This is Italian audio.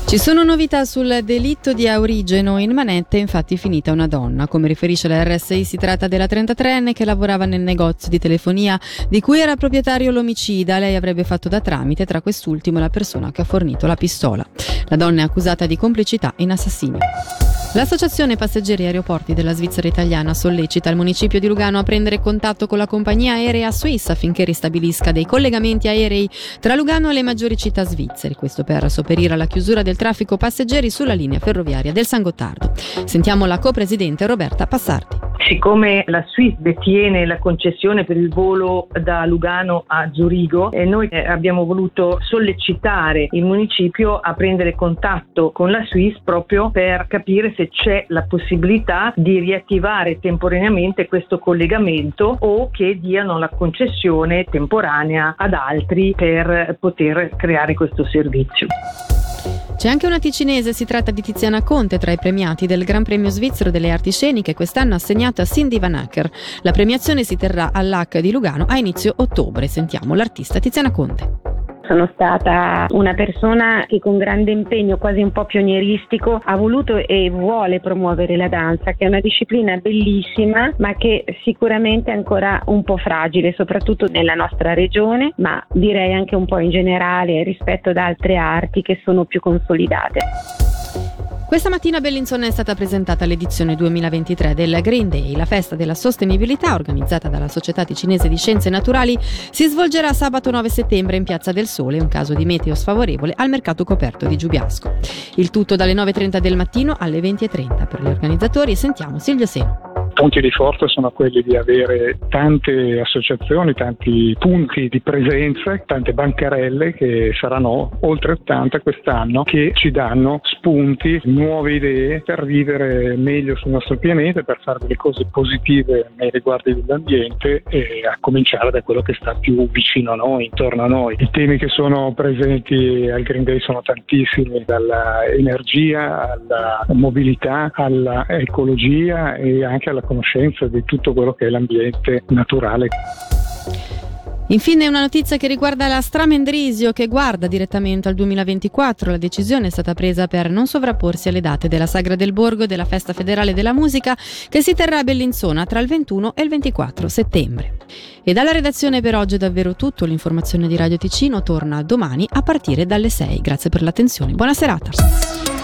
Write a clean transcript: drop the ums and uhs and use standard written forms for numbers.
Ci sono novità sul delitto di Aurigeno. In manette è infatti finita una donna. Come riferisce la RSI, si tratta della 33enne che lavorava nel negozio di telefonia di cui era proprietario l'omicida. Lei avrebbe fatto da tramite tra quest'ultimo e la persona che ha fornito la pistola. La donna è accusata di complicità in assassinio. L'Associazione Passeggeri e Aeroporti della Svizzera Italiana sollecita il municipio di Lugano a prendere contatto con la compagnia aerea Swiss affinché ristabilisca dei collegamenti aerei tra Lugano e le maggiori città svizzere, questo per sopperire alla chiusura del traffico passeggeri sulla linea ferroviaria del San Gottardo. Sentiamo la copresidente Roberta Passardi. Siccome la Swiss detiene la concessione per il volo da Lugano a Zurigo, noi abbiamo voluto sollecitare il municipio a prendere contatto con la Swiss proprio per capire se c'è la possibilità di riattivare temporaneamente questo collegamento o che diano la concessione temporanea ad altri per poter creare questo servizio. C'è anche una ticinese, si tratta di Tiziana Conte, tra i premiati del Gran Premio Svizzero delle Arti Sceniche, quest'anno assegnato a Cindy Van Acker. La premiazione si terrà all'Hack di Lugano a inizio ottobre. Sentiamo l'artista Tiziana Conte. Sono stata una persona che con grande impegno, quasi un po' pionieristico, ha voluto e vuole promuovere la danza, che è una disciplina bellissima, ma che sicuramente è ancora un po' fragile, soprattutto nella nostra regione, ma direi anche un po' in generale rispetto ad altre arti che sono più consolidate. Questa mattina a Bellinzona è stata presentata l'edizione 2023 del Green Day, la festa della sostenibilità organizzata dalla Società Ticinese di Scienze Naturali. Si svolgerà sabato 9 settembre in Piazza del Sole, in caso di meteo sfavorevole, al mercato coperto di Giubiasco. Il tutto dalle 9.30 del mattino alle 20.30. Per gli organizzatori sentiamo Silvio Seno. Punti di forza sono quelli di avere tante associazioni, tanti punti di presenza, tante bancarelle che saranno oltre 80 quest'anno, che ci danno spunti, nuove idee per vivere meglio sul nostro pianeta, per fare delle cose positive nei riguardi dell'ambiente e a cominciare da quello che sta più vicino a noi, intorno a noi. I temi che sono presenti al Green Day sono tantissimi, dalla energia alla mobilità, alla ecologia e anche alla conoscenza di tutto quello che è l'ambiente naturale. Infine una notizia che riguarda la Stramendrisio, che guarda direttamente al 2024. La decisione è stata presa per non sovrapporsi alle date della Sagra del Borgo e della Festa Federale della Musica, che si terrà a Bellinzona tra il 21 e il 24 settembre. E dalla redazione per oggi è davvero tutto. L'informazione di Radio Ticino torna domani a partire dalle 6. Grazie per l'attenzione, buona serata.